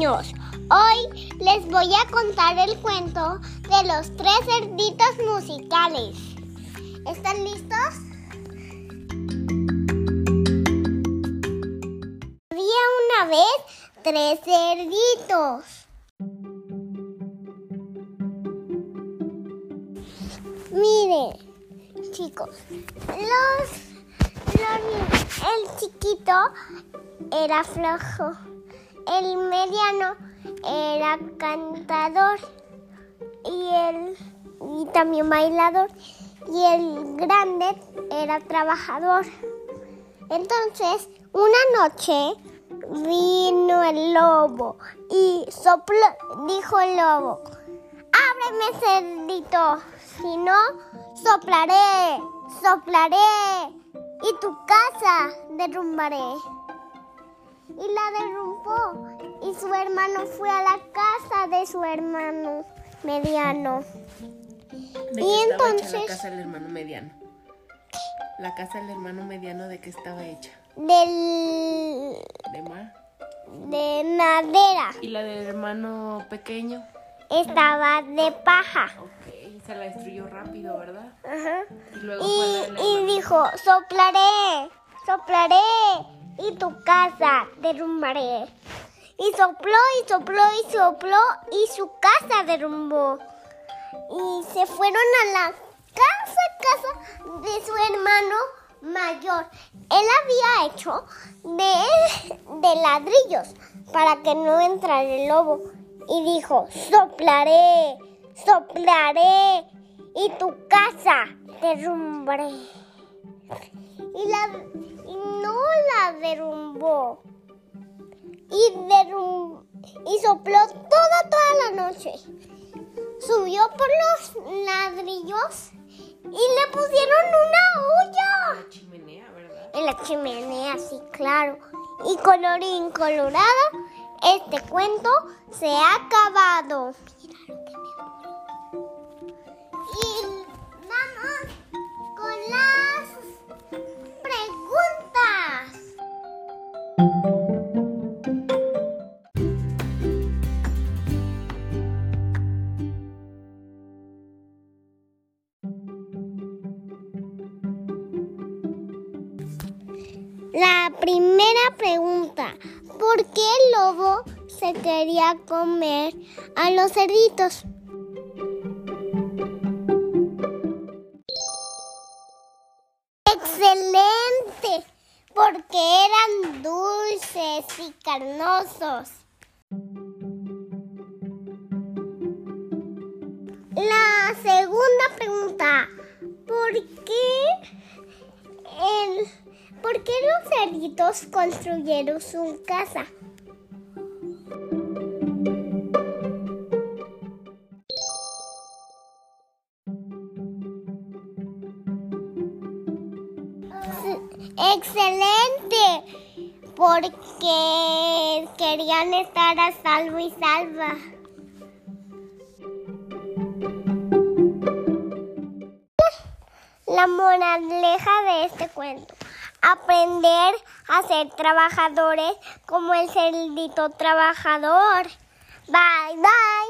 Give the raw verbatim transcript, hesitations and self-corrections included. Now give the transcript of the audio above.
niños, hoy les voy a contar el cuento de los tres cerditos musicales. ¿Están listos? Había una vez tres cerditos. Miren, chicos, los, los, el chiquito era flojo, el mediano era cantador y, el, y también bailador, y el grande era trabajador. Entonces, una noche vino el lobo y sopló, dijo el lobo: ábreme, cerdito, si no, soplaré, soplaré y tu casa derrumbaré. Y la derrumbó, y su hermano fue a la casa de su hermano mediano. ¿De y qué entonces estaba hecha la casa del hermano mediano? ¿La casa del hermano mediano de qué estaba hecha? Del... ¿De mar? de madera. ¿Y la del hermano pequeño? Estaba de paja. Ok, se la destruyó rápido, ¿verdad? Ajá. Y luego Y, fue la del y hermano. dijo: soplaré, soplaré y tu casa derrumbaré. Y sopló y sopló y sopló y su casa derrumbó. Y se fueron a la casa, casa de su hermano mayor. Él había hecho de, de ladrillos para que no entrara el lobo. Y dijo: soplaré, soplaré y tu casa derrumbaré. Y, la, y no la derrumbó. Y, derrum, y sopló toda, toda la noche. Subió por los ladrillos y le pusieron una olla. La chimenea, ¿verdad? En la chimenea, sí, claro. Y colorín colorado, este cuento se ha acabado. Mira lo que me ocurrió. Y vamos con las preguntas. La primera pregunta: ¿por qué el lobo se quería comer a los cerditos? ¡Excelente! Porque eran dulces y carnosos. La segunda pregunta: ¿por qué el ¿Por qué los cerditos construyeron su casa? ¡Excelente! Porque querían estar a salvo y salva. La moraleja de este cuento: aprender a ser trabajadores como el cerdito trabajador. Bye, bye.